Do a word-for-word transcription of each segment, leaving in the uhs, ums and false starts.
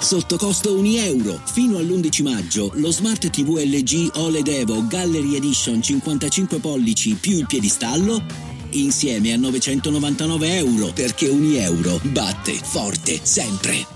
sotto costo un euro. Fino all'undici maggio lo Smart ti vu L G O L E D Evo Gallery Edition cinquantacinque pollici più il piedistallo insieme a novecentonovantanove euro, perché un euro batte forte sempre.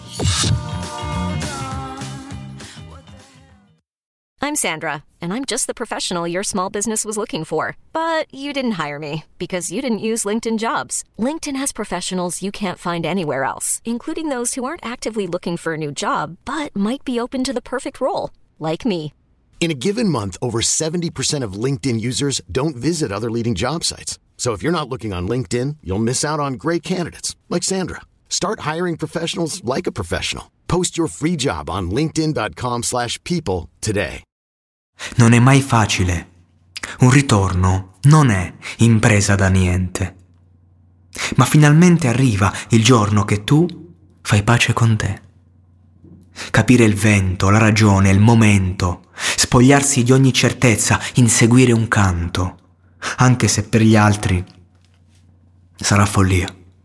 I'm Sandra, and I'm just the professional your small business was looking for. But you didn't hire me because you didn't use LinkedIn Jobs. LinkedIn has professionals you can't find anywhere else, including those who aren't actively looking for a new job, but might be open to the perfect role, like me. In a given month, over seventy percent of LinkedIn users don't visit other leading job sites. So if you're not looking on LinkedIn, you'll miss out on great candidates like Sandra. Start hiring professionals like a professional. Post your free job on linkedin.com slash people today. Non è mai facile. Un ritorno non è impresa da niente. Ma finalmente arriva il giorno che tu fai pace con te. Capire il vento, la ragione, il momento, spogliarsi di ogni certezza, inseguire un canto, anche se per gli altri sarà follia.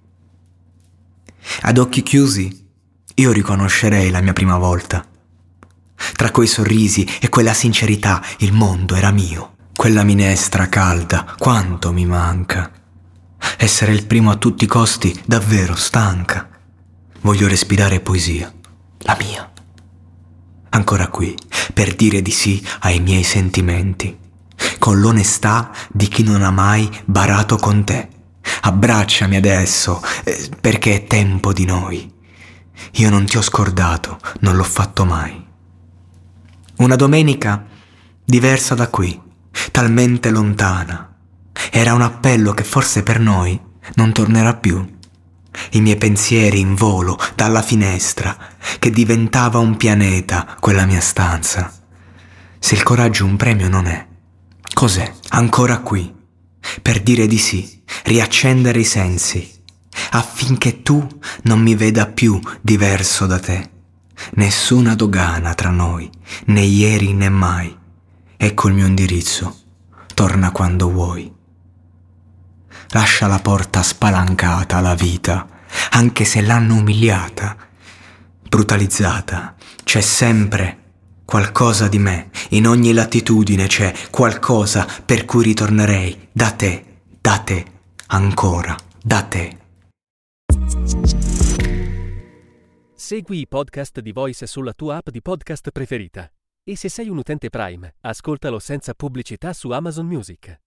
Ad occhi chiusi io riconoscerei la mia prima volta. Tra quei sorrisi e quella sincerità il mondo era mio. Quella minestra calda, quanto mi manca. Essere il primo a tutti i costi davvero stanca. Voglio respirare poesia, la mia. Ancora qui, per dire di sì ai miei sentimenti, con l'onestà di chi non ha mai barato con te. Abbracciami adesso, eh, perché è tempo di noi. Io non ti ho scordato, non l'ho fatto mai. Una domenica diversa da qui, talmente lontana. Era un appello che forse per noi non tornerà più. I miei pensieri in volo dalla finestra, che diventava un pianeta quella mia stanza. Se il coraggio un premio non è, cos'è? Ancora qui, per dire di sì, riaccendere i sensi, affinché tu non mi veda più diverso da te. Nessuna dogana tra noi, né ieri né mai. Ecco il mio indirizzo, torna quando vuoi. Lascia la porta spalancata alla vita, anche se l'hanno umiliata, brutalizzata. C'è sempre qualcosa di me, in ogni latitudine c'è qualcosa per cui ritornerei da te, da te, ancora, da te. Segui i podcast di Voice sulla tua app di podcast preferita. E se sei un utente Prime, ascoltalo senza pubblicità su Amazon Music.